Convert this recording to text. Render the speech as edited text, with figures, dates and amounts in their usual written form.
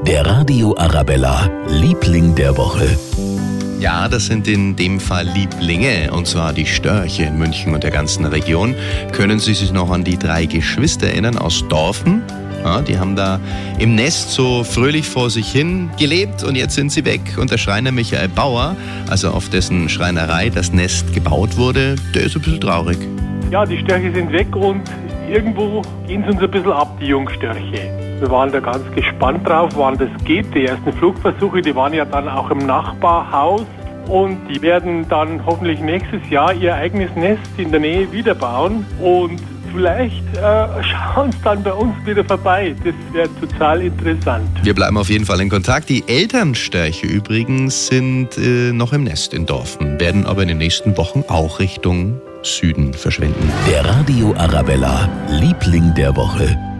Der Radio Arabella, Liebling der Woche. Ja, das sind in dem Fall Lieblinge, und zwar die Störche in München und der ganzen Region. Können Sie sich noch an die 3 Geschwister erinnern aus Dorfen? Ja, die haben da im Nest so fröhlich vor sich hin gelebt und jetzt sind sie weg. Und der Schreiner Michael Bauer, also auf dessen Schreinerei das Nest gebaut wurde, der ist ein bisschen traurig. Ja, die Störche sind weg und irgendwo gehen sie uns ein bisschen ab, die Jungstörche. Wir waren da ganz gespannt drauf, wann das geht. Die ersten Flugversuche, die waren ja dann auch im Nachbarhaus. Und die werden dann hoffentlich nächstes Jahr ihr eigenes Nest in der Nähe wieder bauen. Und vielleicht schauen sie dann bei uns wieder vorbei. Das wäre total interessant. Wir bleiben auf jeden Fall in Kontakt. Die Elternstörche übrigens sind noch im Nest in Dorfen, werden aber in den nächsten Wochen auch Richtung Süden verschwinden. Der Radio Arabella, Liebling der Woche.